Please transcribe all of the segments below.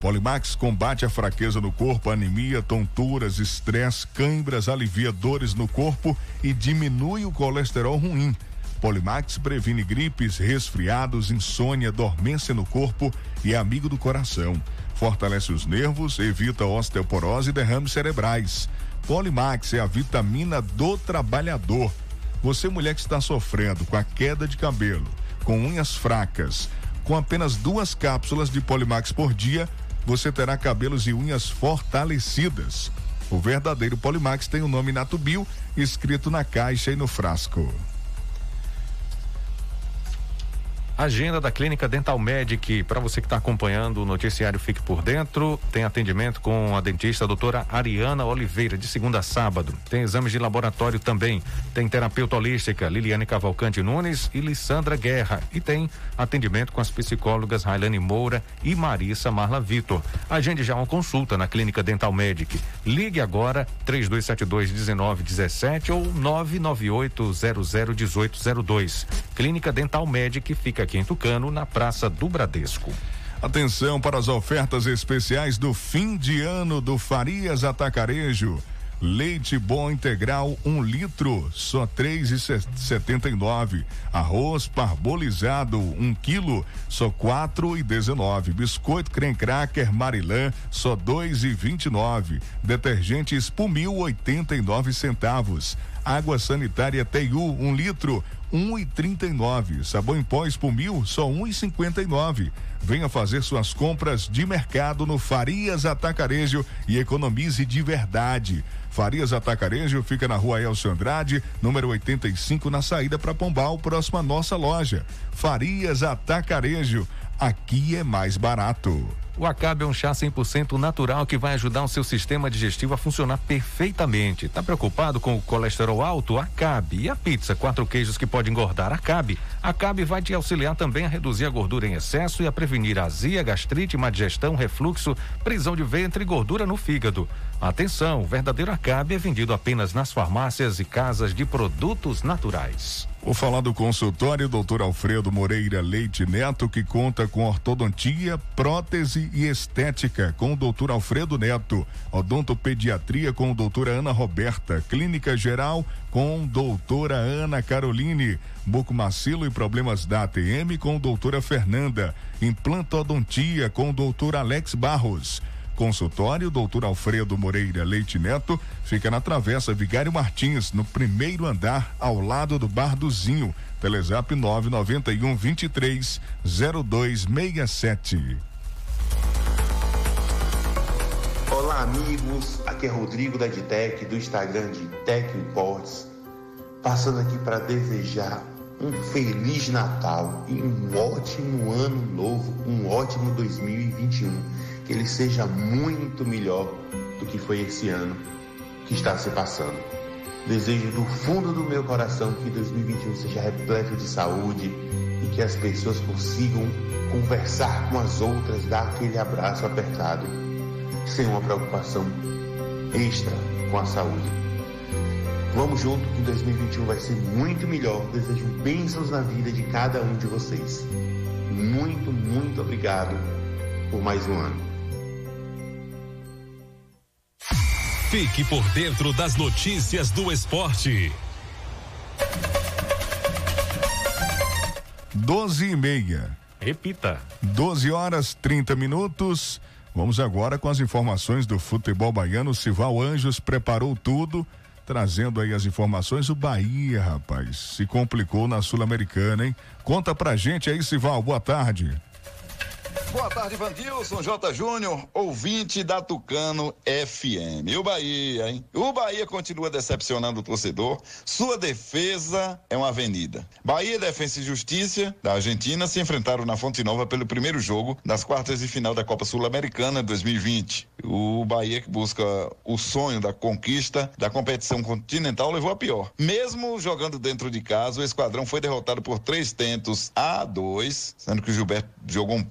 Polimax combate a fraqueza no corpo, anemia, tonturas, estresse, cãibras, alivia dores no corpo e diminui o colesterol ruim. Polimax previne gripes, resfriados, insônia, dormência no corpo e é amigo do coração. Fortalece os nervos, evita osteoporose e derrames cerebrais. Polimax é a vitamina do trabalhador. Você, mulher que está sofrendo com a queda de cabelo, com unhas fracas, com apenas 2 cápsulas de Polimax por dia, você terá cabelos e unhas fortalecidas. O verdadeiro Polimax tem o nome Natubio escrito na caixa e no frasco. Agenda da Clínica Dental Medic, para você que está acompanhando o noticiário, fique por dentro. Tem atendimento com a dentista doutora Ariana Oliveira, de segunda a sábado. Tem exames de laboratório também. Tem terapeuta holística Liliane Cavalcante Nunes e Lissandra Guerra. E tem atendimento com as psicólogas Railane Moura e Marissa Marla Vitor. Agende já uma consulta na Clínica Dental Medic. Ligue agora 3272-1917 ou 998001802. Clínica Dental Medic fica aqui em Tucano, na Praça do Bradesco. Atenção para as ofertas especiais do fim de ano do Farias Atacarejo. Leite bom integral 1 litro, só R$3,79. Arroz parbolizado 1 quilo, só R$4,19. Biscoito creme cracker Marilã, só R$2,29. Detergente Espumil 89 centavos. Água sanitária Teiu 1 litro, R$1,39. Sabão em pó Espumil, só R$1,59. Venha fazer suas compras de mercado no Farias Atacarejo e economize de verdade. Farias Atacarejo fica na rua Elcio Andrade, número 85, na saída para Pombal, próximo à nossa loja. Farias Atacarejo, aqui é mais barato. O Acabe é um chá 100% natural que vai ajudar o seu sistema digestivo a funcionar perfeitamente. Tá preocupado com o colesterol alto? Acabe. E a pizza, 4 queijos que pode engordar? Acabe. Acabe vai te auxiliar também a reduzir a gordura em excesso e a prevenir azia, gastrite, má digestão, refluxo, prisão de ventre e gordura no fígado. Atenção, o verdadeiro Acabe é vendido apenas nas farmácias e casas de produtos naturais. Vou falar do consultório Dr. Alfredo Moreira Leite Neto, que conta com ortodontia, prótese e estética com o Dr. Alfredo Neto, odontopediatria com a doutora Ana Roberta, clínica geral com doutora Ana Caroline, bucomacilo e problemas da ATM com doutora Fernanda, implantodontia com o doutor Alex Barros. Consultório Dr. Alfredo Moreira Leite Neto fica na Travessa Vigário Martins, no 1º andar, ao lado do Bar do Zinho. Telezap 991-230267. Olá, amigos. Aqui é Rodrigo da Edtech, do Instagram de Tech Imports. Passando aqui para desejar um Feliz Natal e um ótimo ano novo, um ótimo 2021. Que ele seja muito melhor do que foi esse ano que está se passando. Desejo do fundo do meu coração que 2021 seja repleto de saúde e que as pessoas consigam conversar com as outras, dar aquele abraço apertado, sem uma preocupação extra com a saúde. Vamos junto que 2021 vai ser muito melhor. Desejo bênçãos na vida de cada um de vocês. Muito, muito obrigado por mais um ano. Fique por dentro das notícias do esporte. 12h30. Repita. 12h30. Vamos agora com as informações do futebol baiano. Sival Anjos preparou tudo, trazendo aí as informações. O Bahia, rapaz, se complicou na Sul-Americana, hein? Conta pra gente aí, Sival. Boa tarde. Boa tarde, Vandilson J. Júnior, ouvinte da Tucano FM. E o Bahia, hein? O Bahia continua decepcionando o torcedor. Sua defesa é uma avenida. Bahia, Defensa e Justiça da Argentina se enfrentaram na Fonte Nova pelo primeiro jogo das quartas de final da Copa Sul-Americana 2020. O Bahia, que busca o sonho da conquista da competição continental, levou a pior. Mesmo jogando dentro de casa, o esquadrão foi derrotado por 3-2, sendo que o Gilberto jogou um pênalti na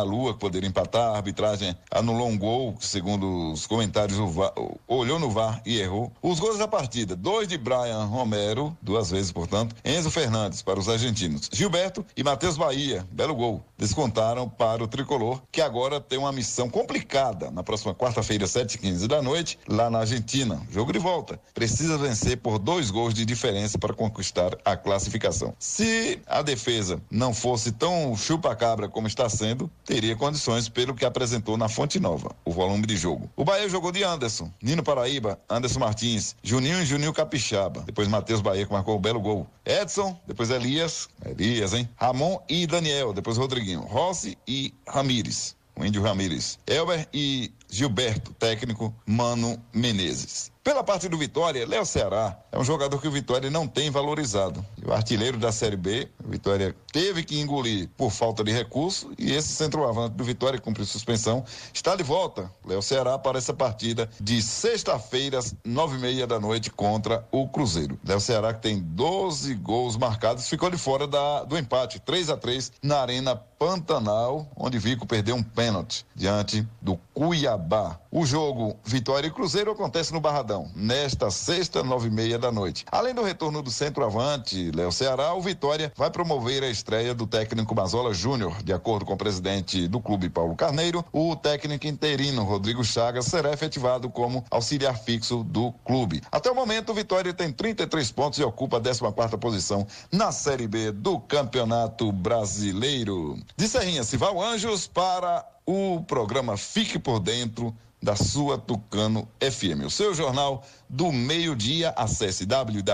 na lua, que poderia empatar. A arbitragem anulou um gol, que, segundo os comentários, o VAR, olhou no VAR e errou. Os gols da partida: 2 de Brian Romero, 2 vezes, portanto, Enzo Fernandes para os argentinos, Gilberto e Matheus Bahia, belo gol, descontaram para o tricolor, que agora tem uma missão complicada na próxima quarta-feira, 7h15 da noite, lá na Argentina. Jogo de volta. Precisa vencer por 2 gols de diferença para conquistar a classificação. Se a defesa não fosse tão chupa-cabra como está sendo, teria condições pelo que apresentou na Fonte Nova, o volume de jogo. O Bahia jogou de Anderson, Nino Paraíba, Anderson Martins, Juninho e Juninho Capixaba. Depois Matheus Bahia, que marcou o belo gol. Edson, depois Elias, hein? Ramon e Daniel, depois Rodriguinho. Rossi e Ramires, o Índio Ramires. Elber e Gilberto, técnico Mano Menezes. Pela parte do Vitória, Léo Ceará é um jogador que o Vitória não tem valorizado. O artilheiro da Série B, o Vitória teve que engolir por falta de recurso, e esse centroavante do Vitória, que cumpriu suspensão, está de volta, Léo Ceará, para essa partida de sexta-feira, 9h30 da noite, contra o Cruzeiro. Léo Ceará, que tem 12 gols marcados, ficou de fora do empate, 3-3, na Arena Pantanal, onde Vico perdeu um pênalti diante do Cuiabá. O jogo Vitória e Cruzeiro acontece no Barradão, nesta sexta, 9h30 da noite. Além do retorno do centroavante, Léo Ceará, o Vitória vai promover a estreia do técnico Mazola Júnior. De acordo com o presidente do clube, Paulo Carneiro, o técnico interino, Rodrigo Chagas, será efetivado como auxiliar fixo do clube. Até o momento, o Vitória tem 33 pontos e ocupa a 14ª posição na Série B do Campeonato Brasileiro. De Serrinha, Sival Anjos, para o programa Fique por Dentro da sua Tucano FM. O seu jornal do meio-dia. Acesse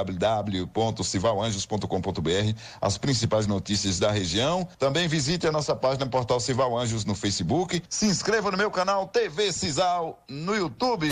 www.civalanjos.com.br, as principais notícias da região. Também visite a nossa página Portal Cival Anjos no Facebook. Se inscreva no meu canal TV Cisal no YouTube.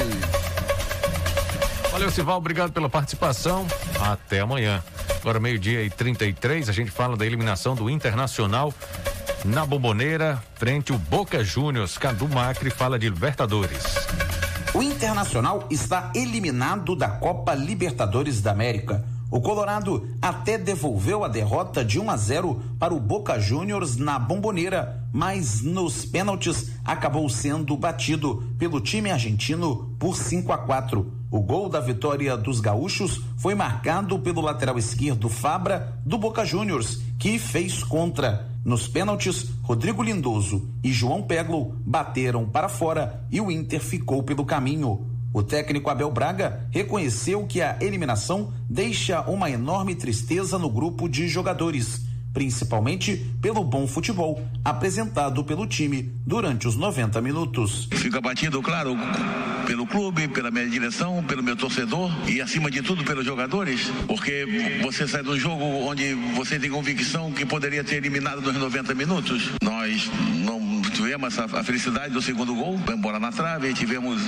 Valeu, Sival, obrigado pela participação. Até amanhã. Agora 12h33, a gente fala da eliminação do Internacional na Bomboneira, frente ao Boca Juniors. Cadu Macri fala de Libertadores. O Internacional está eliminado da Copa Libertadores da América. O Colorado até devolveu a derrota de 1-0 para o Boca Juniors na Bomboneira, mas nos pênaltis acabou sendo batido pelo time argentino por 5-4. O gol da vitória dos gaúchos foi marcado pelo lateral esquerdo Fabra, do Boca Juniors, que fez contra. Nos pênaltis, Rodrigo Lindoso e João Peglow bateram para fora e o Inter ficou pelo caminho. O técnico Abel Braga reconheceu que a eliminação deixa uma enorme tristeza no grupo de jogadores, principalmente pelo bom futebol apresentado pelo time durante os 90 minutos. Fico abatido, claro, pelo clube, pela minha direção, pelo meu torcedor e, acima de tudo, pelos jogadores, porque você sai de um jogo onde você tem convicção que poderia ter eliminado nos 90 minutos. Nós não tivemos a felicidade do segundo gol, bola na trave, tivemos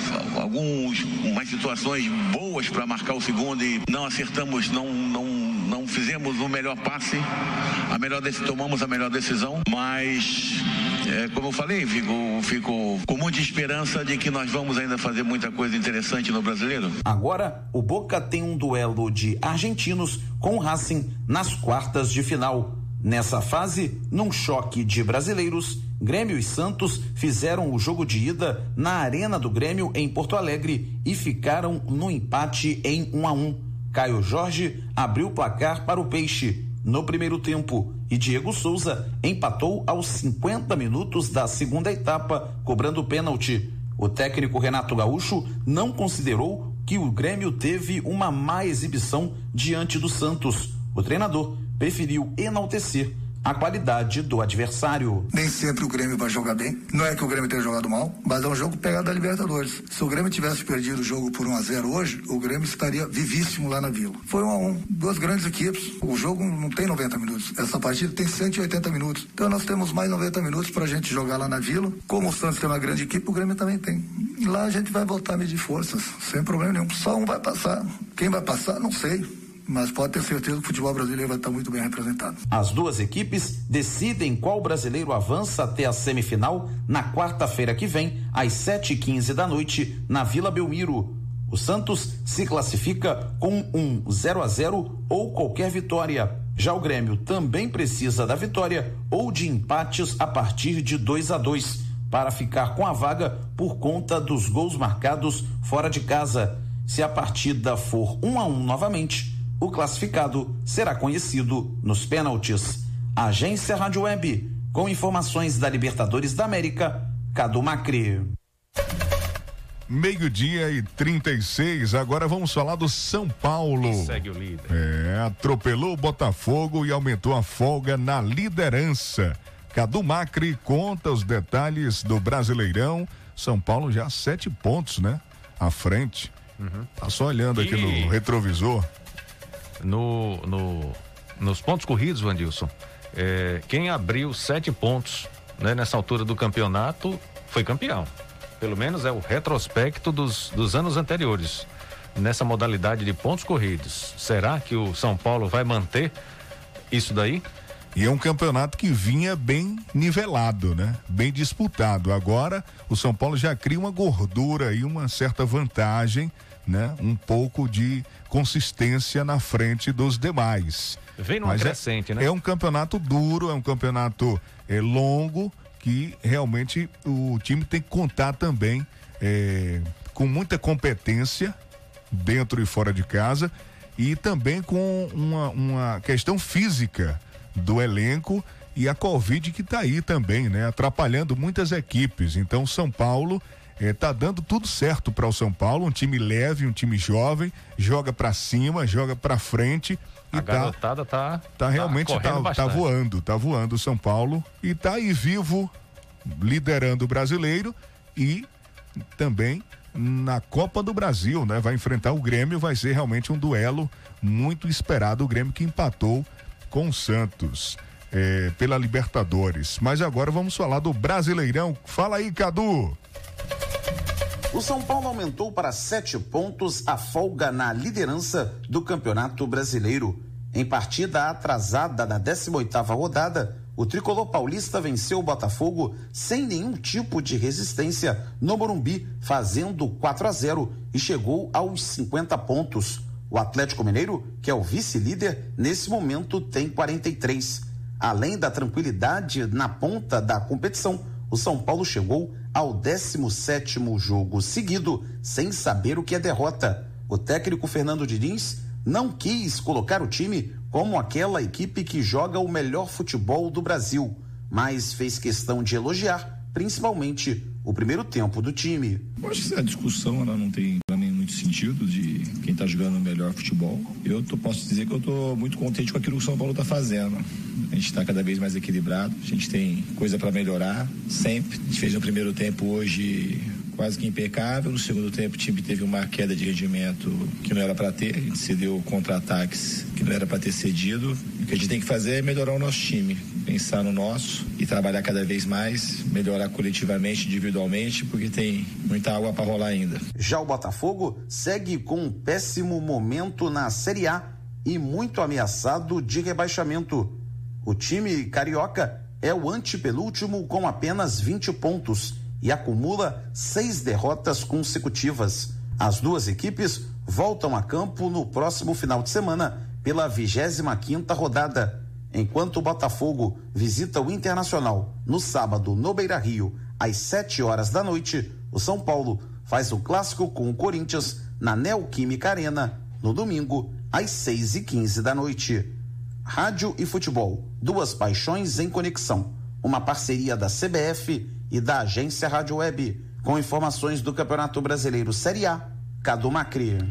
umas situações boas para marcar o segundo e não acertamos, não fizemos o melhor passe, tomamos a melhor decisão, mas como eu falei, fico com muita esperança de que nós vamos ainda fazer muita coisa interessante no Brasileiro. Agora, o Boca tem um duelo de argentinos com o Racing nas quartas de final. Nessa fase, num choque de brasileiros, Grêmio e Santos fizeram o jogo de ida na Arena do Grêmio em Porto Alegre e ficaram no empate em 1-1. Caio Jorge abriu o placar para o Peixe no primeiro tempo e Diego Souza empatou aos 50 minutos da segunda etapa, cobrando pênalti. O técnico Renato Gaúcho não considerou que o Grêmio teve uma má exibição diante do Santos. O treinador preferiu enaltecer a qualidade do adversário. Nem sempre o Grêmio vai jogar bem. Não é que o Grêmio tenha jogado mal, mas é um jogo pegado da Libertadores. Se o Grêmio tivesse perdido o jogo por 1-0 hoje, o Grêmio estaria vivíssimo lá na Vila. Foi 1-1. Duas grandes equipes. O jogo não tem 90 minutos. Essa partida tem 180 minutos. Então nós temos mais 90 minutos pra gente jogar lá na Vila. Como o Santos tem uma grande equipe, o Grêmio também tem. E lá a gente vai voltar a medir forças, sem problema nenhum. Só um vai passar. Quem vai passar, não sei. Mas pode ter certeza que o futebol brasileiro vai estar muito bem representado. As duas equipes decidem qual brasileiro avança até a semifinal na quarta-feira que vem, às 7h15 da noite, na Vila Belmiro. O Santos se classifica com um 0-0 ou qualquer vitória. Já o Grêmio também precisa da vitória ou de empates a partir de 2-2 para ficar com a vaga por conta dos gols marcados fora de casa. Se a partida for 1-1 novamente, o classificado será conhecido nos pênaltis. Agência Rádio Web, com informações da Libertadores da América, Cadu Macri. 12:36, agora vamos falar do São Paulo. Segue o líder. Atropelou o Botafogo e aumentou a folga na liderança. Cadu Macri conta os detalhes do Brasileirão. São Paulo já 7 pontos, né? À frente. Tá só olhando aqui no retrovisor. Nos pontos corridos, Vandilson, quem abriu 7 pontos, né, nessa altura do campeonato foi campeão. Pelo menos é o retrospecto dos anos anteriores, nessa modalidade de pontos corridos. Será que o São Paulo vai manter isso daí? E é um campeonato que vinha bem nivelado, né? Bem disputado. Agora o São Paulo já cria uma gordura e uma certa vantagem, né? Um pouco de consistência na frente dos demais. Vem numa crescente, né? É um campeonato duro, é um campeonato longo, que realmente o time tem que contar também com muita competência dentro e fora de casa e também com uma questão física do elenco e a Covid que tá aí também, né? Atrapalhando muitas equipes. Então São Paulo tá dando tudo certo para o São Paulo, um time leve, um time jovem, joga para cima, joga para frente. A garotada tá realmente tá voando o São Paulo e tá aí vivo, liderando o Brasileiro e também na Copa do Brasil, né? Vai enfrentar o Grêmio, vai ser realmente um duelo muito esperado, o Grêmio que empatou com o Santos pela Libertadores. Mas agora vamos falar do Brasileirão. Fala aí, Cadu. O São Paulo aumentou para 7 pontos a folga na liderança do Campeonato Brasileiro. Em partida atrasada na 18ª rodada, o tricolor paulista venceu o Botafogo sem nenhum tipo de resistência no Morumbi, fazendo 4-0 e chegou aos 50 pontos. O Atlético Mineiro, que é o vice-líder, nesse momento tem 43. Além da tranquilidade na ponta da competição, o São Paulo chegou ao 17º jogo seguido, sem saber o que é derrota. O técnico Fernando Diniz não quis colocar o time como aquela equipe que joga o melhor futebol do Brasil, mas fez questão de elogiar, principalmente, o primeiro tempo do time. Eu acho que essa discussão ela não tem para mim muito sentido de quem está jogando o melhor futebol. Posso dizer que eu estou muito contente com aquilo que o São Paulo está fazendo. A gente está cada vez mais equilibrado, a gente tem coisa para melhorar sempre. A gente fez no primeiro tempo hoje quase que impecável. No segundo tempo o time teve uma queda de rendimento que não era para ter, a gente cedeu contra-ataques que não era para ter cedido. O que a gente tem que fazer é melhorar o nosso time, pensar no nosso e trabalhar cada vez mais, melhorar coletivamente, individualmente, porque tem muita água para rolar ainda. Já o Botafogo segue com um péssimo momento na Série A e muito ameaçado de rebaixamento. O time carioca é o antepenúltimo com apenas 20 pontos e acumula 6 derrotas consecutivas. As duas equipes voltam a campo no próximo final de semana pela 25ª rodada, enquanto o Botafogo visita o Internacional no sábado no Beira-Rio às 7h. O São Paulo faz o clássico com o Corinthians na Neoquímica Arena no domingo às 6h15. Rádio e futebol, duas paixões em conexão, uma parceria da CBF e da Agência Rádio Web, com informações do Campeonato Brasileiro Série A, Cadu Macri.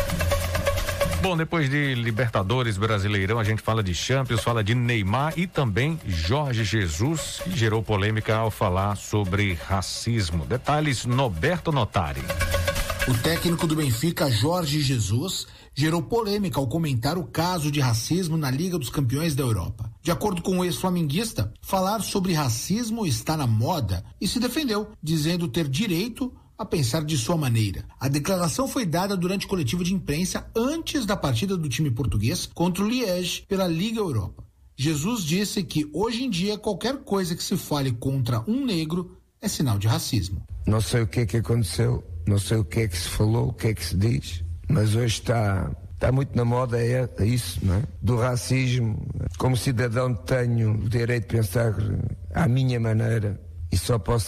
Bom, depois de Libertadores, Brasileirão, a gente fala de Champions, fala de Neymar e também Jorge Jesus, que gerou polêmica ao falar sobre racismo. Detalhes, Norberto Notari. O técnico do Benfica, Jorge Jesus, gerou polêmica ao comentar o caso de racismo na Liga dos Campeões da Europa. De acordo com o ex-flamenguista, falar sobre racismo está na moda e se defendeu, dizendo ter direito a pensar de sua maneira. A declaração foi dada durante coletiva de imprensa antes da partida do time português contra o Liège pela Liga Europa. Jesus disse que hoje em dia qualquer coisa que se fale contra um negro é sinal de racismo. Não sei o que é que aconteceu, não sei o que é que se falou, o que é que se diz, mas hoje está está muito na moda isso, não é? Do racismo. Como cidadão tenho o direito de pensar à minha maneira e só posso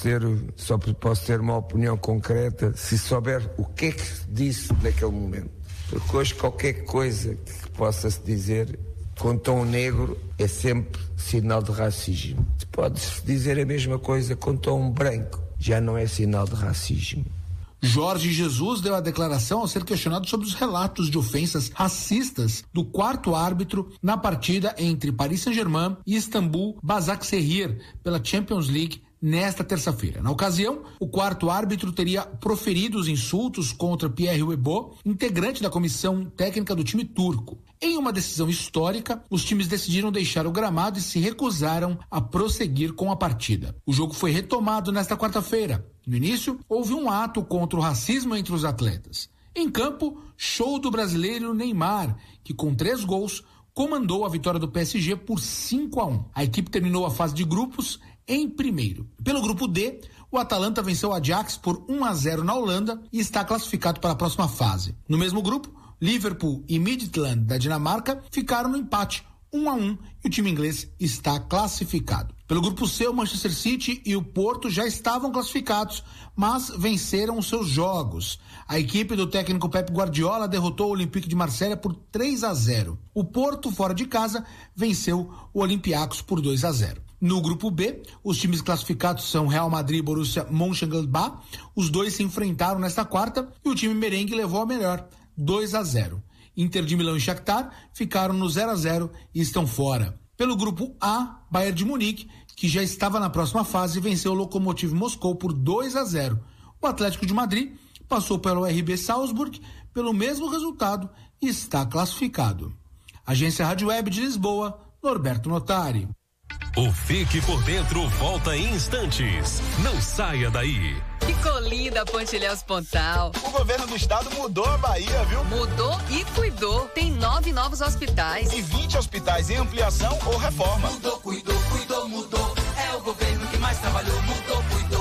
ter uma opinião concreta se souber o que é que se disse naquele momento. Porque hoje qualquer coisa que possa-se dizer com tom negro é sempre sinal de racismo. Pode-se dizer a mesma coisa com tom branco, já não é sinal de racismo. Jorge Jesus deu a declaração ao ser questionado sobre os relatos de ofensas racistas do quarto árbitro na partida entre Paris Saint-Germain e Istambul Basaksehir pela Champions League nesta terça-feira. Na ocasião, o quarto árbitro teria proferido os insultos contra Pierre Webo, integrante da comissão técnica do time turco. Em uma decisão histórica, os times decidiram deixar o gramado e se recusaram a prosseguir com a partida. O jogo foi retomado nesta quarta-feira. No início, houve um ato contra o racismo entre os atletas. Em campo, show do brasileiro Neymar, que com 3 gols comandou a vitória do PSG por 5-1. A equipe terminou a fase de grupos em primeiro. Pelo grupo D, o Atalanta venceu o Ajax por 1-0 na Holanda e está classificado para a próxima fase. No mesmo grupo, Liverpool e Midtjylland da Dinamarca ficaram no empate 1-1 e o time inglês está classificado. Pelo grupo C, o Manchester City e o Porto já estavam classificados, mas venceram os seus jogos. A equipe do técnico Pep Guardiola derrotou o Olympique de Marselha por 3-0. O Porto, fora de casa, venceu o Olympiacos por 2-0. No grupo B, os times classificados são Real Madrid e Borussia Mönchengladbach. Os dois se enfrentaram nesta quarta e o time merengue levou a melhor, 2-0. Inter de Milão e Shakhtar ficaram no 0-0 e estão fora. Pelo grupo A, Bayern de Munique, que já estava na próxima fase, venceu o Lokomotiv Moscou por 2-0. O Atlético de Madrid passou pelo RB Salzburg pelo mesmo resultado e está classificado. Agência Rádio Web de Lisboa, Norberto Notari. O Fique por Dentro volta em instantes. Não saia daí. Ficou linda a Ponte Ilhéus Pontal. O governo do estado mudou a Bahia, viu? Mudou e cuidou. Tem 9 novos hospitais. E 20 hospitais em ampliação ou reforma. Mudou, mudou. É o governo que mais trabalhou. Mudou,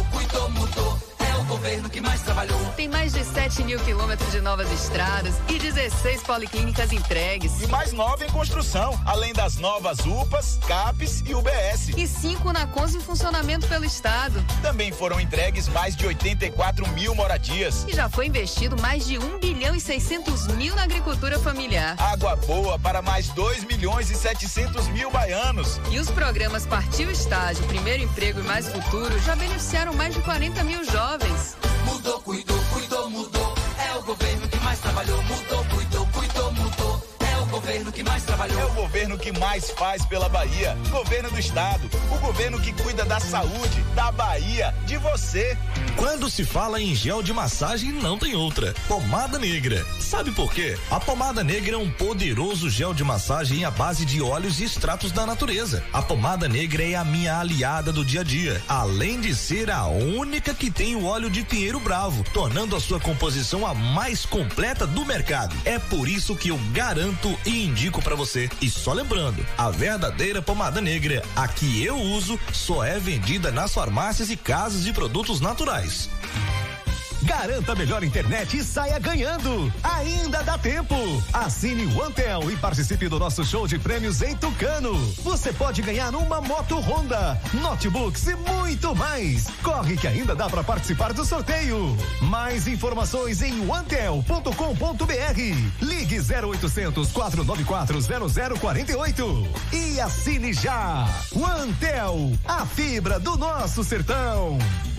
mudou. É o governo que mais trabalhou. Tem mais de 7.000 quilômetros de novas estradas e 16 policlínicas entregues. E mais 9 em construção, além das novas UPAs, CAPES e UBS. E 5 NACONs em funcionamento pelo estado. Também foram entregues mais de 84 mil moradias. E já foi investido mais de 1 bilhão e 600 mil na agricultura familiar. Água boa para mais 2 milhões e 700 mil baianos. E os programas Partiu Estágio, Primeiro Emprego e Mais Futuro já beneficiaram mais de 40 mil jovens. Mudou, mudou. É o governo que mais trabalhou. Mudou, mudou. É o governo que mais trabalhou. É o governo que mais faz pela Bahia. Governo do estado. O governo que cuida da saúde, da Bahia, de você. Quando se fala em gel de massagem, não tem outra. Pomada Negra. Sabe por quê? A Pomada Negra é um poderoso gel de massagem à base de óleos e extratos da natureza. A Pomada Negra é a minha aliada do dia a dia, além de ser a única que tem o óleo de pinheiro bravo, tornando a sua composição a mais completa do mercado. É por isso que eu garanto e indico pra você. E só lembrando, a verdadeira Pomada Negra, a que eu uso, só é vendida nas farmácias e casas de produtos naturais. Garanta a melhor internet e saia ganhando. Ainda dá tempo. Assine o Antel e participe do nosso show de prêmios em Tucano. Você pode ganhar uma moto Honda, notebooks e muito mais. Corre que ainda dá para participar do sorteio. Mais informações em antel.com.br. Ligue 0800 494 0048 e assine já. O Antel, a fibra do nosso sertão.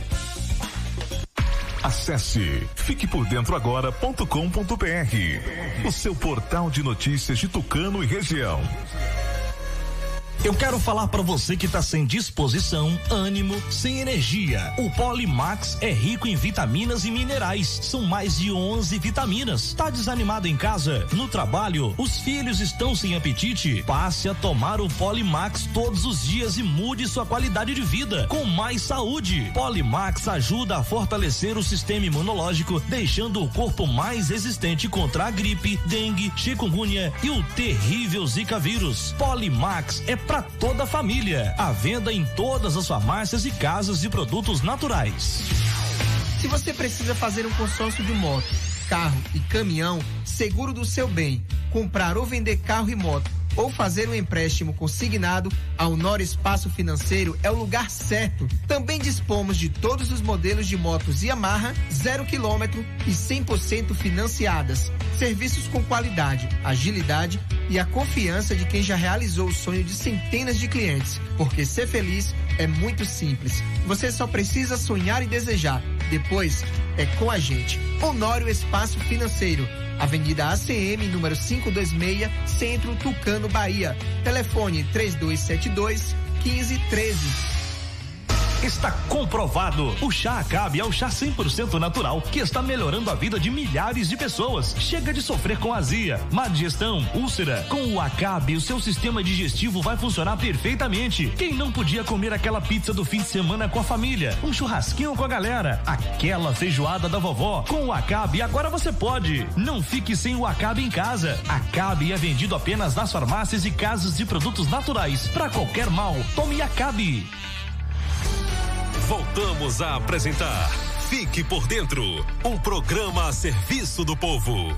Acesse fiquepordentroagora.com.br, o seu portal de notícias de Tucano e região. Eu quero falar para você que tá sem disposição, ânimo, sem energia. O Polimax é rico em vitaminas e minerais. São mais de 11 vitaminas. Tá desanimado em casa? No trabalho? Os filhos estão sem apetite? Passe a tomar o Polimax todos os dias e mude sua qualidade de vida com mais saúde. Polimax ajuda a fortalecer o sistema imunológico, deixando o corpo mais resistente contra a gripe, dengue, chikungunya e o terrível Zika vírus. Polimax é para toda a família. À venda em todas as farmácias e casas de produtos naturais. Se você precisa fazer um consórcio de moto carro e caminhão, seguro do seu bem, comprar ou vender carro e moto, ou fazer um empréstimo consignado, a Honório Espaço Financeiro é o lugar certo. Também dispomos de todos os modelos de motos Yamaha, 0 km e 100% financiadas. Serviços com qualidade, agilidade e a confiança de quem já realizou o sonho de centenas de clientes. Porque ser feliz é muito simples. Você só precisa sonhar e desejar. Depois é com a gente. Honório Espaço Financeiro. Avenida ACM, número 526, Centro Tucano, Bahia. Telefone 3272-1513. Está comprovado. O chá Acabe é o chá 100% natural que está melhorando a vida de milhares de pessoas. Chega de sofrer com azia, má digestão, úlcera. Com o Acabe, o seu sistema digestivo vai funcionar perfeitamente. Quem não podia comer aquela pizza do fim de semana com a família, um churrasquinho com a galera, aquela feijoada da vovó, com o Acabe agora você pode. Não fique sem o Acabe em casa. Acabe é vendido apenas nas farmácias e casas de produtos naturais. Para qualquer mal, tome Acabe. Voltamos a apresentar Fique por Dentro, um programa a serviço do povo.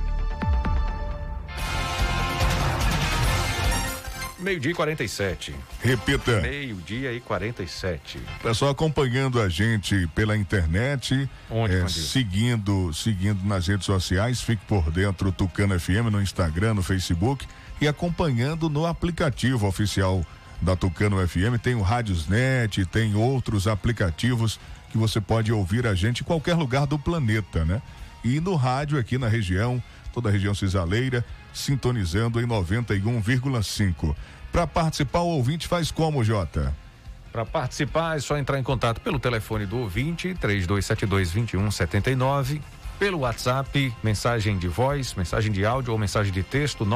Meio-dia e 47. Repita. Meio-dia e 47. Pessoal acompanhando a gente pela internet, seguindo nas redes sociais, Fique por Dentro Tucano FM no Instagram, no Facebook e acompanhando no aplicativo oficial da Tucano FM. Tem o Radiosnet, tem outros aplicativos que você pode ouvir a gente em qualquer lugar do planeta, né? E no rádio aqui na região, toda a região cisaleira, sintonizando em 91,5. Para participar, o ouvinte faz como, Jota? Para participar é só entrar em contato pelo telefone do ouvinte, 3272-2179, pelo WhatsApp, mensagem de voz, mensagem de áudio ou mensagem de texto,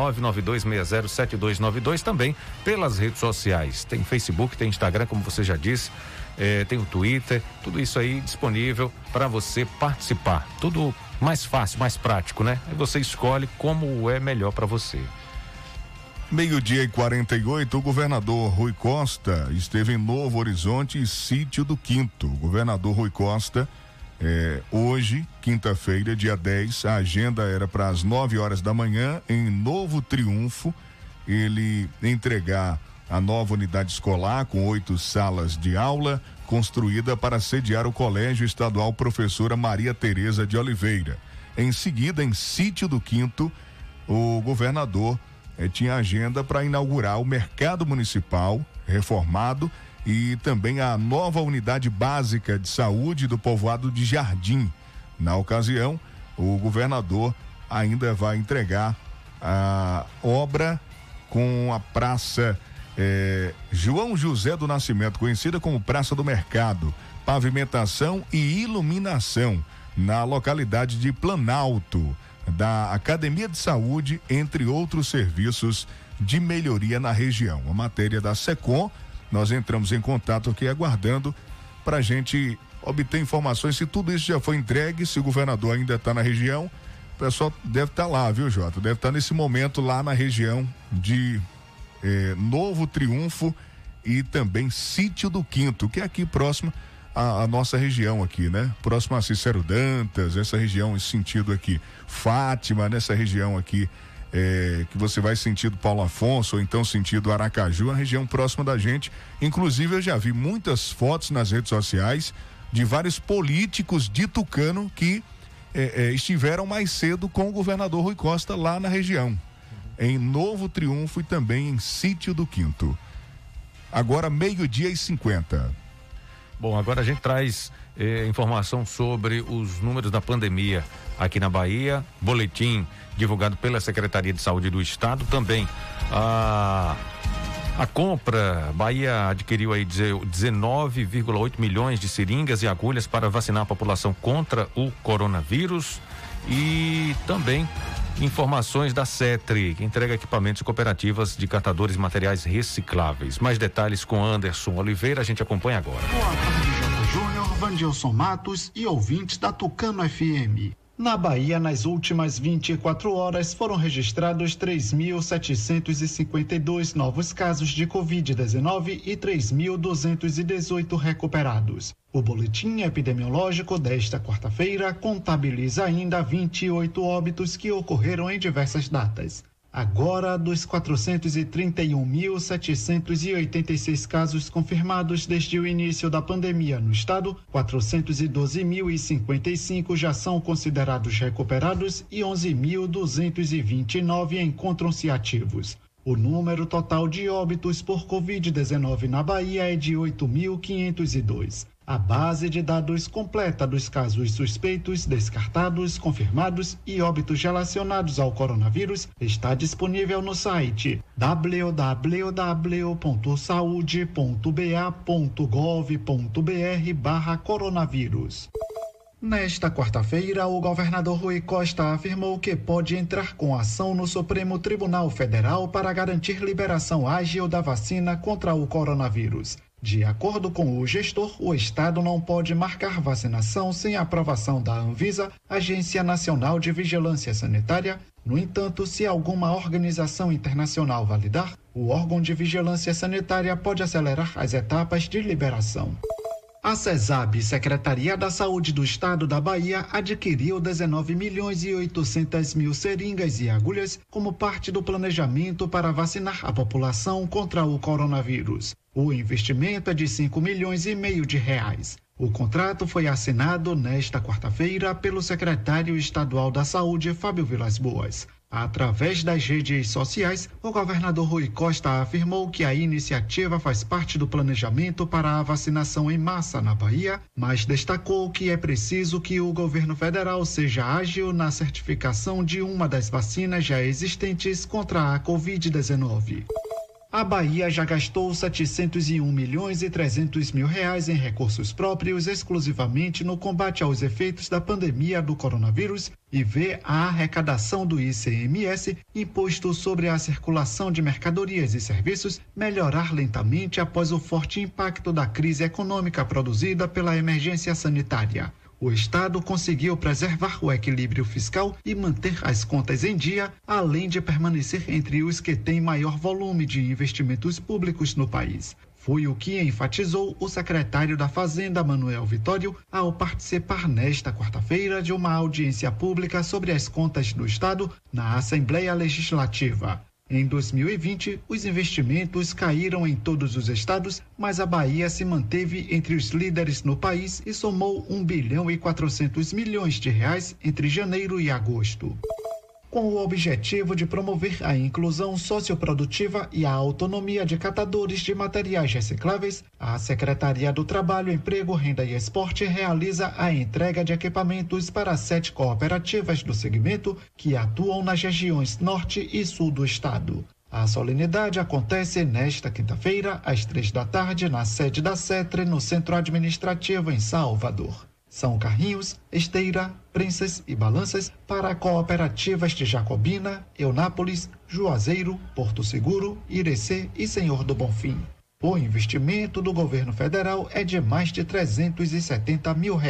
992607292, também pelas redes sociais. Tem Facebook, tem Instagram, como você já disse, tem o Twitter, tudo isso aí disponível para você participar. Tudo mais fácil, mais prático, né? Aí você escolhe como é melhor para você. Meio-dia e 48, o governador Rui Costa esteve em Novo Horizonte e Sítio do Quinto. O governador Rui Costa, hoje, quinta-feira, dia 10, a agenda era para as 9 horas da manhã, em Novo Triunfo, ele entregar a nova unidade escolar com 8 salas de aula, construída para sediar o Colégio Estadual Professora Maria Tereza de Oliveira. Em seguida, em Sítio do Quinto, o governador tinha agenda para inaugurar o Mercado Municipal reformado e também a nova unidade básica de saúde do povoado de Jardim. Na ocasião, o governador ainda vai entregar a obra com a praça João José do Nascimento, conhecida como Praça do Mercado, pavimentação e iluminação na localidade de Planalto, da Academia de Saúde, entre outros serviços de melhoria na região. A matéria da SECOM, nós entramos em contato aqui aguardando para a gente obter informações se tudo isso já foi entregue, se o governador ainda está na região. O pessoal deve estar lá, viu, Jota? Deve estar nesse momento lá na região de Novo Triunfo e também Sítio do Quinto, que é aqui próximo à nossa região aqui, né? Próximo a Cícero Dantas, essa região, esse sentido aqui, Fátima, nessa região aqui, que você vai sentido Paulo Afonso ou então sentido Aracaju, a região próxima da gente. Inclusive eu já vi muitas fotos nas redes sociais de vários políticos de Tucano que estiveram mais cedo com o governador Rui Costa lá na região, em Novo Triunfo e também em Sítio do Quinto. Agora 12:50. Bom, agora a gente traz informação sobre os números da pandemia aqui na Bahia, boletim divulgado pela Secretaria de Saúde do Estado, também a compra, Bahia adquiriu aí 19,8 milhões de seringas e agulhas para vacinar a população contra o coronavírus e também informações da CETRI, que entrega equipamentos e cooperativas de catadores de materiais recicláveis. Mais detalhes com Anderson Oliveira, a gente acompanha agora. Boa tarde, Jota Júnior, Vandilson Matos e ouvintes da Tucano FM. Na Bahia, nas últimas 24 horas, foram registrados 3.752 novos casos de Covid-19 e 3.218 recuperados. O boletim epidemiológico desta quarta-feira contabiliza ainda 28 óbitos que ocorreram em diversas datas. Agora, dos 431.786 casos confirmados desde o início da pandemia no estado, 412.055 já são considerados recuperados e 11.229 encontram-se ativos. O número total de óbitos por Covid-19 na Bahia é de 8.502. A base de dados completa dos casos suspeitos, descartados, confirmados e óbitos relacionados ao coronavírus está disponível no site www.saude.ba.gov.br/coronavírus. Nesta quarta-feira, o governador Rui Costa afirmou que pode entrar com ação no Supremo Tribunal Federal para garantir liberação ágil da vacina contra o coronavírus. De acordo com o gestor, o Estado não pode marcar vacinação sem aprovação da Anvisa, Agência Nacional de Vigilância Sanitária. No entanto, se alguma organização internacional validar, o órgão de vigilância sanitária pode acelerar as etapas de liberação. A CESAB, Secretaria da Saúde do Estado da Bahia, adquiriu 19.800.000 seringas e agulhas como parte do planejamento para vacinar a população contra o coronavírus. O investimento é de R$5,5 milhões. O contrato foi assinado nesta quarta-feira pelo secretário estadual da Saúde, Fábio Vilas Boas. Através das redes sociais, o governador Rui Costa afirmou que a iniciativa faz parte do planejamento para a vacinação em massa na Bahia, mas destacou que é preciso que o governo federal seja ágil na certificação de uma das vacinas já existentes contra a Covid-19. A Bahia já gastou R$701.300.000 em recursos próprios exclusivamente no combate aos efeitos da pandemia do coronavírus e vê a arrecadação do ICMS, imposto sobre a circulação de mercadorias e serviços, melhorar lentamente após o forte impacto da crise econômica produzida pela emergência sanitária. O Estado conseguiu preservar o equilíbrio fiscal e manter as contas em dia, além de permanecer entre os que têm maior volume de investimentos públicos no país. Foi o que enfatizou o secretário da Fazenda, Manuel Vitório, ao participar nesta quarta-feira de uma audiência pública sobre as contas do Estado na Assembleia Legislativa. Em 2020, os investimentos caíram em todos os estados, mas a Bahia se manteve entre os líderes no país e somou R$1,4 bilhão entre janeiro e agosto. Com o objetivo de promover a inclusão socioprodutiva e a autonomia de catadores de materiais recicláveis, a Secretaria do Trabalho, Emprego, Renda e Esporte realiza a entrega de equipamentos para 7 cooperativas do segmento que atuam nas regiões norte e sul do estado. A solenidade acontece nesta quinta-feira, às 15h, na sede da CETRE, no Centro Administrativo em Salvador. São carrinhos, esteira, prensas e balanças para cooperativas de Jacobina, Eunápolis, Juazeiro, Porto Seguro, Irecê e Senhor do Bonfim. O investimento do governo federal é de mais de R$370 mil.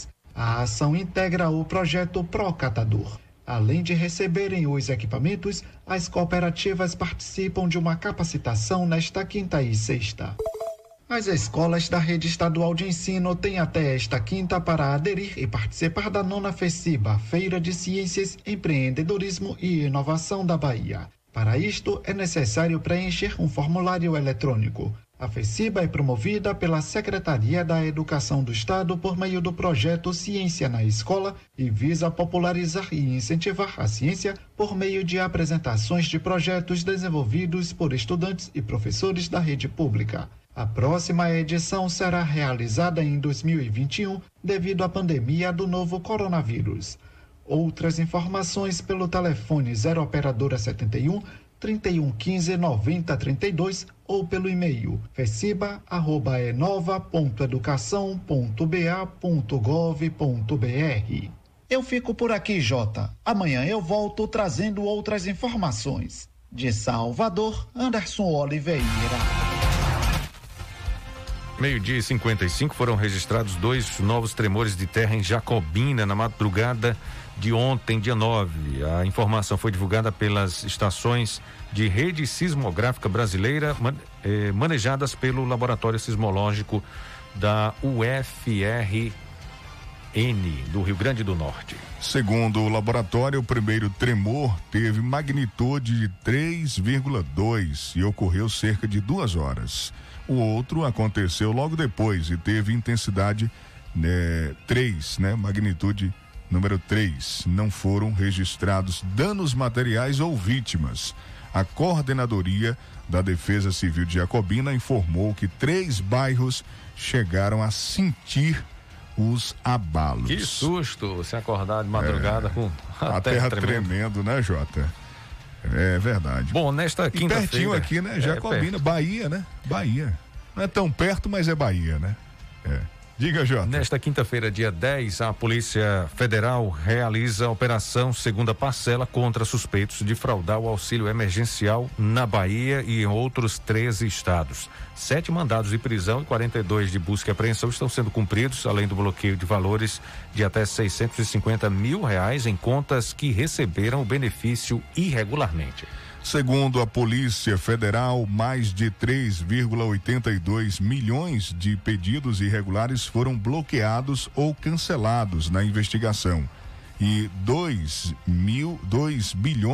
A ação integra o projeto Procatador. Além de receberem os equipamentos, as cooperativas participam de uma capacitação nesta quinta e sexta. As escolas da rede estadual de ensino têm até esta quinta para aderir e participar da 9ª FECIBA, Feira de Ciências, Empreendedorismo e Inovação da Bahia. Para isto, é necessário preencher um formulário eletrônico. A FECIBA é promovida pela Secretaria da Educação do Estado por meio do projeto Ciência na Escola e visa popularizar e incentivar a ciência por meio de apresentações de projetos desenvolvidos por estudantes e professores da rede pública. A próxima edição será realizada em 2021 devido à pandemia do novo coronavírus. Outras informações pelo telefone 0 operadora 71 3115 9032 ou pelo e-mail feciba@enova.educação.ba.gov.br. Eu fico por aqui, Jota. Amanhã eu volto trazendo outras informações. De Salvador, Anderson Oliveira. Meio-dia e 55 foram registrados 2 novos tremores de terra em Jacobina na madrugada de ontem, dia 9. A informação foi divulgada pelas estações de rede sismográfica brasileira manejadas pelo Laboratório Sismológico da UFRN do Rio Grande do Norte. Segundo o laboratório, o primeiro tremor teve magnitude de 3,2 e ocorreu cerca de 2 horas. O outro aconteceu logo depois e teve intensidade 3, magnitude número 3. Não foram registrados danos materiais ou vítimas. A Coordenadoria da Defesa Civil de Jacobina informou que 3 bairros chegaram a sentir os abalos. Que susto se acordar de madrugada com a terra tremendo, né, Jota? É verdade. Bom, nesta quinta-feira... pertinho aqui, né? Jacobina, Bahia, né? Bahia. Não é tão perto, mas é Bahia, né? Diga, Jota. Nesta quinta-feira, dia 10, a Polícia Federal realiza a operação segunda parcela contra suspeitos de fraudar o auxílio emergencial na Bahia e em outros 13 estados. 7 mandados de prisão e 42 de busca e apreensão estão sendo cumpridos, além do bloqueio de valores de até R$650 mil em contas que receberam o benefício irregularmente. Segundo a Polícia Federal, mais de 3,82 milhões de pedidos irregulares foram bloqueados ou cancelados na investigação. E 2,3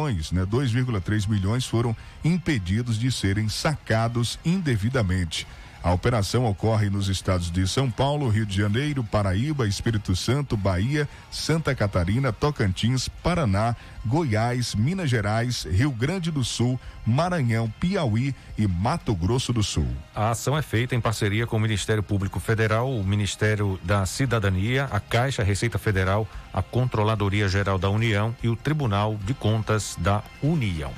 bilhões foram impedidos de serem sacados indevidamente. A operação ocorre nos estados de São Paulo, Rio de Janeiro, Paraíba, Espírito Santo, Bahia, Santa Catarina, Tocantins, Paraná, Goiás, Minas Gerais, Rio Grande do Sul, Maranhão, Piauí e Mato Grosso do Sul. A ação é feita em parceria com o Ministério Público Federal, o Ministério da Cidadania, a Caixa, a Receita Federal, a Controladoria Geral da União e o Tribunal de Contas da União.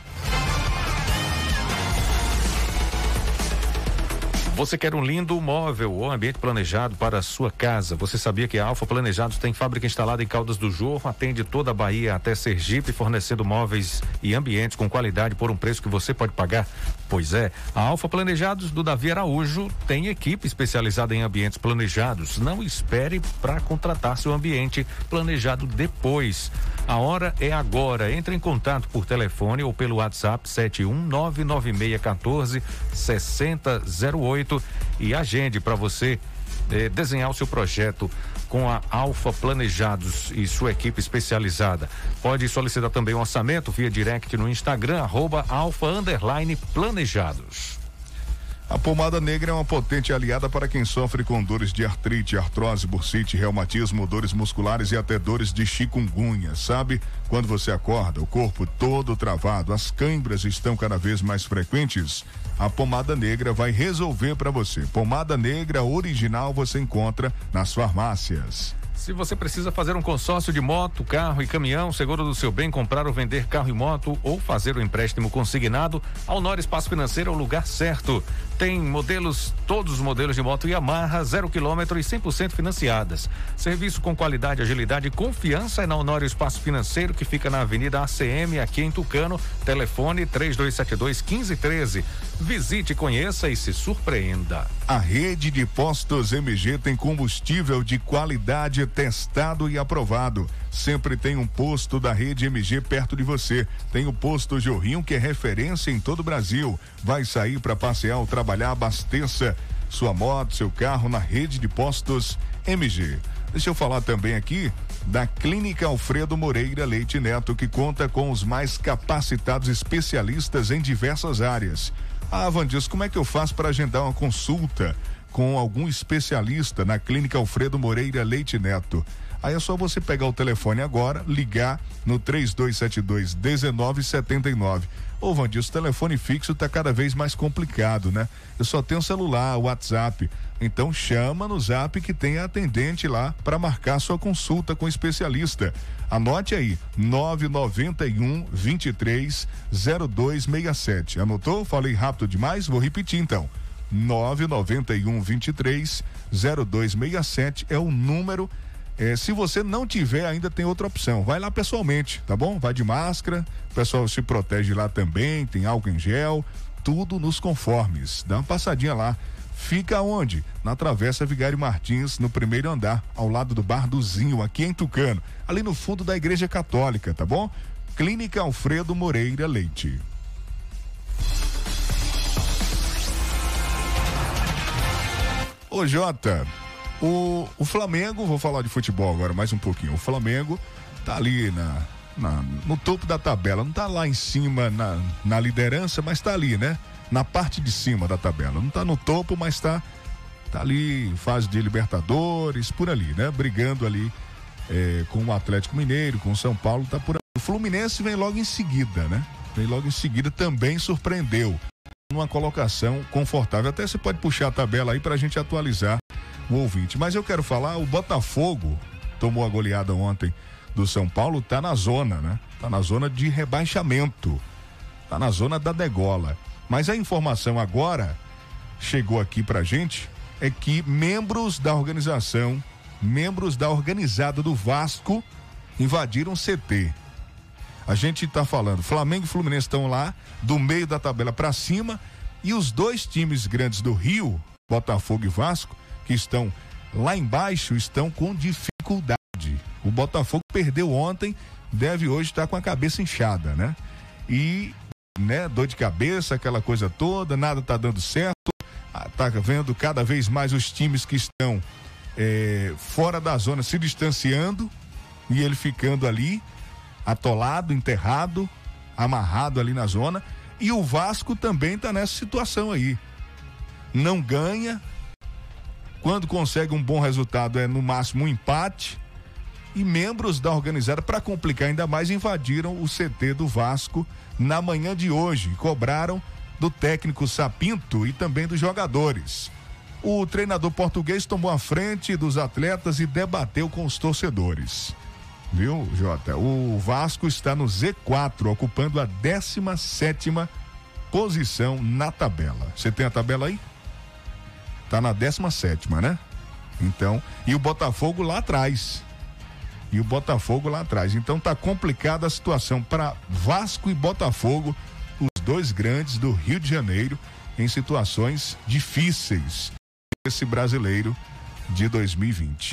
Você quer um lindo móvel ou ambiente planejado para a sua casa? Você sabia que a Alfa Planejados tem fábrica instalada em Caldas do Jorro, atende toda a Bahia até Sergipe, fornecendo móveis e ambientes com qualidade por um preço que você pode pagar? Pois é, a Alfa Planejados do Davi Araújo tem equipe especializada em ambientes planejados. Não espere para contratar seu ambiente planejado depois. A hora é agora. Entre em contato por telefone ou pelo WhatsApp 71996146008 e agende para você desenhar o seu projeto com a Alfa Planejados e sua equipe especializada. Pode solicitar também um orçamento via direct no Instagram, @alfa_planejados. A pomada negra é uma potente aliada para quem sofre com dores de artrite, artrose, bursite, reumatismo, dores musculares e até dores de chikungunya. Sabe? Quando você acorda, o corpo todo travado, as câimbras estão cada vez mais frequentes, a pomada negra vai resolver para você. Pomada negra original você encontra nas farmácias. Se você precisa fazer um consórcio de moto, carro e caminhão, seguro do seu bem, comprar ou vender carro e moto ou fazer um empréstimo consignado, a Honório Espaço Financeiro é o lugar certo. Tem todos os modelos de moto Yamaha, 0 km e 100% financiadas. Serviço com qualidade, agilidade e confiança é na Honório Espaço Financeiro, que fica na Avenida ACM, aqui em Tucano. Telefone 3272-1513. Visite, conheça e se surpreenda. A rede de postos MG tem combustível de qualidade testado e aprovado. Sempre tem um posto da rede MG perto de você. Tem o posto Jorrinho, que é referência em todo o Brasil. Vai sair para passear ou trabalhar, abasteça sua moto, seu carro na rede de postos MG. Deixa eu falar também aqui da Clínica Alfredo Moreira Leite Neto, que conta com os mais capacitados especialistas em diversas áreas. Vandis, como é que eu faço para agendar uma consulta com algum especialista na Clínica Alfredo Moreira Leite Neto? Aí é só você pegar o telefone agora, ligar no 3272-1979. Ô, Vandis, o telefone fixo tá cada vez mais complicado, né? Eu só tenho celular, WhatsApp. Então chama no Zap que tem atendente lá para marcar sua consulta com o especialista. Anote aí, 991-23-0267. Anotou? Falei rápido demais? Vou repetir então. 991-23-0267 é o número. Se você não tiver, ainda tem outra opção. Vai lá pessoalmente, tá bom? Vai de máscara, o pessoal se protege lá também, tem álcool em gel, tudo nos conformes. Dá uma passadinha lá. fica onde? Na Travessa Vigário Martins, no primeiro andar, ao lado do Bar do Zinho, aqui em Tucano, ali no fundo da Igreja Católica, tá bom? Clínica Alfredo Moreira Leite. Ô Jota, o Flamengo, vou falar de futebol agora mais um pouquinho, o Flamengo tá ali no topo da tabela, não tá lá em cima na liderança, mas tá ali, né? Na parte de cima da tabela, não tá no topo, mas tá ali, fase de Libertadores, por ali, né? Brigando ali com o Atlético Mineiro, com o São Paulo, tá por ali. O Fluminense vem logo em seguida, né? Vem logo em seguida, também surpreendeu numa colocação confortável. Até você pode puxar a tabela aí pra gente atualizar o ouvinte. Mas eu quero falar, o Botafogo tomou a goleada ontem do São Paulo, tá na zona, né? Tá na zona de rebaixamento. Tá na zona da degola. Mas a informação agora chegou aqui pra gente é que membros da organizada do Vasco invadiram o CT. A gente tá falando, Flamengo e Fluminense estão lá, do meio da tabela para cima, e os dois times grandes do Rio, Botafogo e Vasco, que estão lá embaixo, estão com dificuldade. O Botafogo perdeu ontem, deve hoje estar com a cabeça inchada, né? E, né, dor de cabeça, aquela coisa toda, nada tá dando certo, tá vendo cada vez mais os times que estão fora da zona se distanciando, e ele ficando ali, atolado, enterrado, amarrado ali na zona, e o Vasco também tá nessa situação aí. Não ganha, quando consegue um bom resultado é no máximo um empate, e membros da organizada, para complicar ainda mais, invadiram o CT do Vasco na manhã de hoje, cobraram do técnico Sapinto e também dos jogadores. O treinador português tomou a frente dos atletas e debateu com os torcedores. Viu, Jota? O Vasco está no Z4, ocupando a 17ª posição na tabela. Você tem a tabela aí? Tá na 17ª, né? Então, e o Botafogo lá atrás. Então tá complicada a situação para Vasco e Botafogo, os dois grandes do Rio de Janeiro, em situações difíceis. Esse brasileiro de 2020.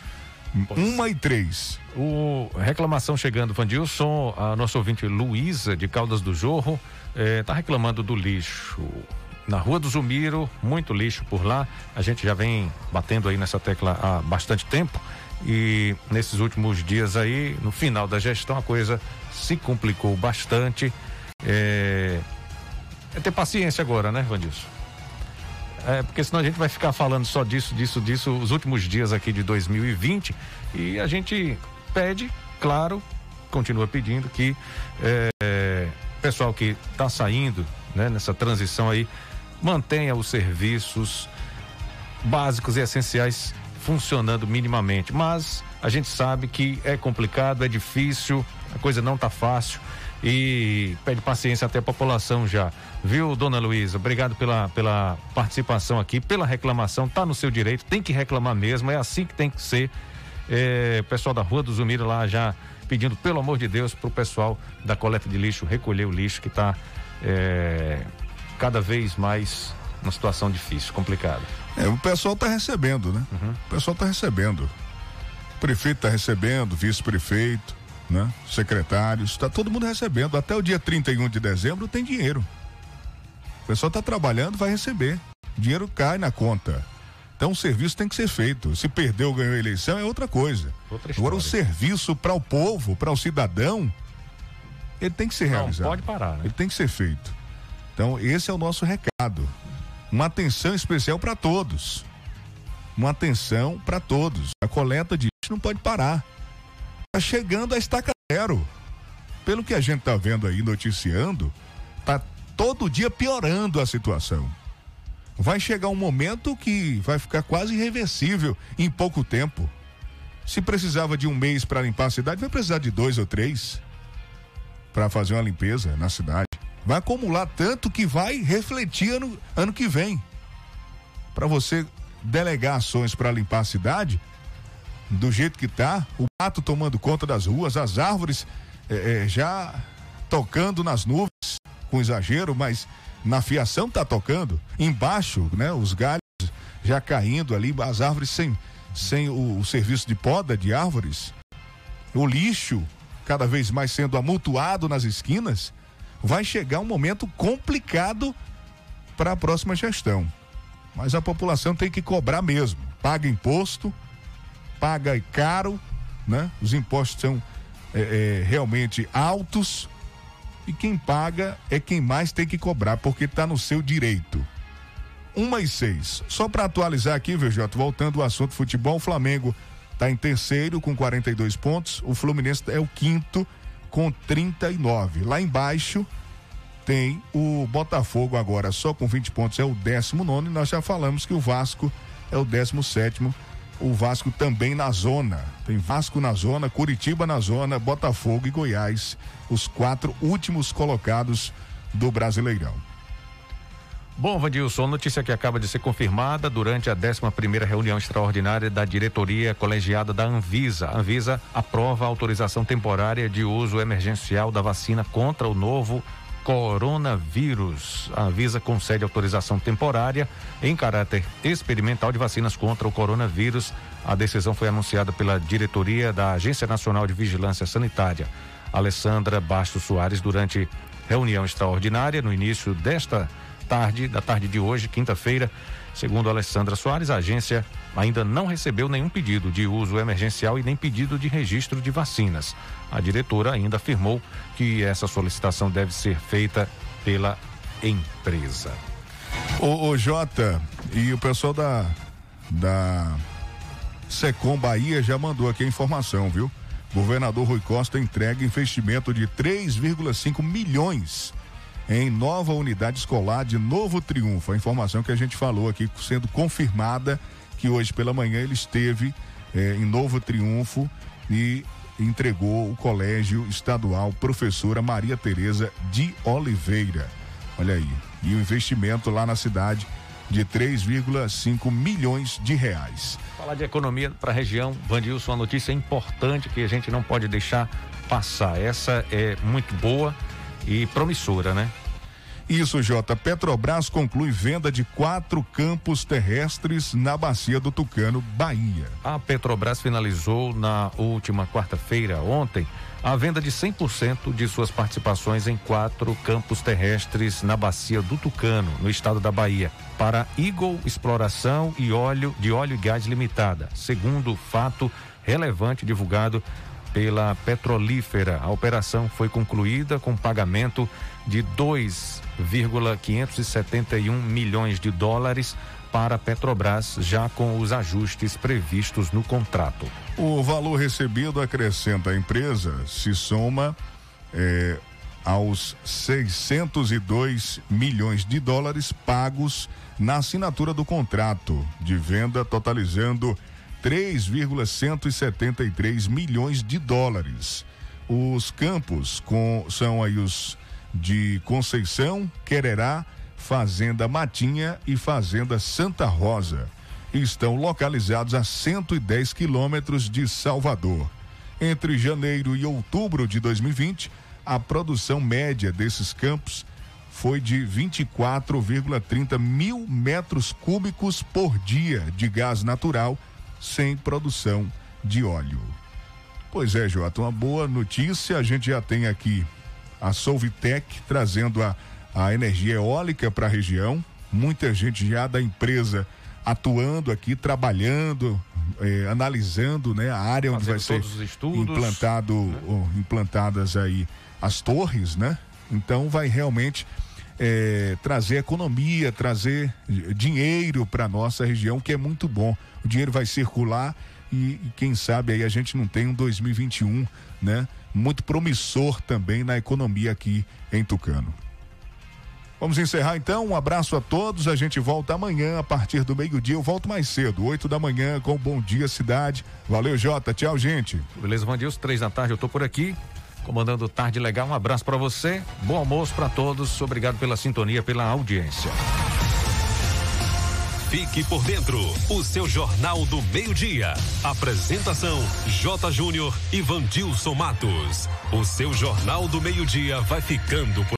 1h03. Reclamação chegando, Vandilson, a nossa ouvinte Luísa de Caldas do Jorro tá reclamando do lixo na Rua do Zumiro, muito lixo por lá. A gente já vem batendo aí nessa tecla há bastante tempo, e nesses últimos dias aí, no final da gestão, a coisa se complicou bastante. É ter paciência agora, né, Vandilson? Porque senão a gente vai ficar falando só disso os últimos dias aqui de 2020, e a gente pede, claro, continua pedindo que pessoal que está saindo, né, nessa transição aí, mantenha os serviços básicos e essenciais funcionando minimamente, mas a gente sabe que é complicado, é difícil, a coisa não tá fácil, e pede paciência até a população já, viu, dona Luísa? Obrigado pela participação aqui, pela reclamação, tá no seu direito, tem que reclamar mesmo, é assim que tem que ser. Pessoal da Rua do Zumiro lá já pedindo, pelo amor de Deus, pro pessoal da coleta de lixo recolher o lixo que tá cada vez mais uma situação difícil, complicada. O pessoal tá recebendo, né? O pessoal tá recebendo. O prefeito tá recebendo, vice-prefeito, né? Secretários, tá todo mundo recebendo. Até o dia 31 de dezembro tem dinheiro. O pessoal tá trabalhando, vai receber. O dinheiro cai na conta. Então o serviço tem que ser feito. Se perdeu ou ganhou a eleição é outra coisa. Agora o serviço para o povo, para o cidadão, ele tem que ser realizado. Não pode parar, né? Ele tem que ser feito. Então esse é o nosso recado. Uma atenção especial para todos. Uma atenção para todos. A coleta de lixo não pode parar. Tá chegando a estaca zero. Pelo que a gente tá vendo aí, noticiando, tá todo dia piorando a situação. Vai chegar um momento que vai ficar quase irreversível em pouco tempo. Se precisava de um mês para limpar a cidade, vai precisar de 2 ou 3 para fazer uma limpeza na cidade. Vai acumular tanto que vai refletir ano que vem. Para você delegar ações para limpar a cidade, do jeito que tá, o mato tomando conta das ruas, as árvores já tocando nas nuvens, com exagero, mas na fiação tá tocando, embaixo, né, os galhos já caindo ali, as árvores sem o serviço de poda de árvores, o lixo cada vez mais sendo amultuado nas esquinas, vai chegar um momento complicado para a próxima gestão. Mas a população tem que cobrar mesmo. Paga imposto, paga caro, né? Os impostos são realmente altos e quem paga é quem mais tem que cobrar, porque está no seu direito. 1:06. Só para atualizar aqui, viu, Jota? Voltando ao assunto futebol, o Flamengo está em terceiro com 42 pontos, o Fluminense é o quinto com 39. Lá embaixo tem o Botafogo agora só com 20 pontos, é o 19º, e nós já falamos que o Vasco é o 17º. O Vasco também na zona. Tem Vasco na zona, Curitiba na zona, Botafogo e Goiás, os 4 últimos colocados do Brasileirão. Bom, Vandilson, notícia que acaba de ser confirmada durante a 11ª reunião extraordinária da diretoria colegiada da Anvisa. A Anvisa aprova a autorização temporária de uso emergencial da vacina contra o novo coronavírus. A Anvisa concede autorização temporária em caráter experimental de vacinas contra o coronavírus. A decisão foi anunciada pela diretoria da Agência Nacional de Vigilância Sanitária, Alessandra Bastos Soares, durante reunião extraordinária no início da tarde de hoje, quinta-feira. Segundo Alessandra Soares, a agência ainda não recebeu nenhum pedido de uso emergencial e nem pedido de registro de vacinas. A diretora ainda afirmou que essa solicitação deve ser feita pela empresa. O Jota, e o pessoal da Secom Bahia já mandou aqui a informação, viu? Governador Rui Costa entrega investimento de 3,5 milhões em nova unidade escolar de Novo Triunfo. A informação que a gente falou aqui sendo confirmada, que hoje pela manhã ele esteve em Novo Triunfo e entregou o Colégio Estadual Professora Maria Tereza de Oliveira. Olha aí, e o investimento lá na cidade de 3,5 milhões de reais. Falar de economia para a região, Vandilson, uma notícia importante que a gente não pode deixar passar. Essa é muito boa e promissora, né? Isso, Jota. Petrobras conclui venda de 4 campos terrestres na Bacia do Tucano, Bahia. A Petrobras finalizou na última quarta-feira, ontem, a venda de 100% de suas participações em 4 campos terrestres na Bacia do Tucano, no estado da Bahia, para Eagle Exploração e Óleo e Gás Limitada, segundo fato relevante divulgado pela Petrolífera. A operação foi concluída com pagamento de 2,571 milhões de dólares para a Petrobras, já com os ajustes previstos no contrato. O valor recebido, acrescenta a empresa, se soma aos 602 milhões de dólares pagos na assinatura do contrato de venda, totalizando 3,173 milhões de dólares. Os campos são aí os de Conceição, Quererá, Fazenda Matinha e Fazenda Santa Rosa. Estão localizados a 110 quilômetros de Salvador. Entre janeiro e outubro de 2020, a produção média desses campos foi de 24,30 mil metros cúbicos por dia de gás natural, sem produção de óleo. Pois é, Jota, uma boa notícia. A gente já tem aqui a Solvitec trazendo a energia eólica para a região. Muita gente já da empresa atuando aqui, trabalhando, analisando, né, a área onde vai ser implantadas aí as torres, né? Então vai realmente trazer economia, trazer dinheiro para nossa região, que é muito bom. O dinheiro vai circular e quem sabe aí a gente não tem um 2021, né? Muito promissor também na economia aqui em Tucano. Vamos encerrar então, um abraço a todos, a gente volta amanhã a partir do meio-dia, eu volto mais cedo, 8 da manhã com Bom Dia Cidade. Valeu, Jota, tchau, gente. Beleza, Vandilson, 3 da tarde eu tô por aqui, comandando Tarde Legal, um abraço para você, bom almoço para todos, obrigado pela sintonia, pela audiência. Fique por dentro, o seu Jornal do Meio-Dia. Apresentação, J. Júnior e Vandilson Matos. O seu Jornal do Meio-Dia vai ficando por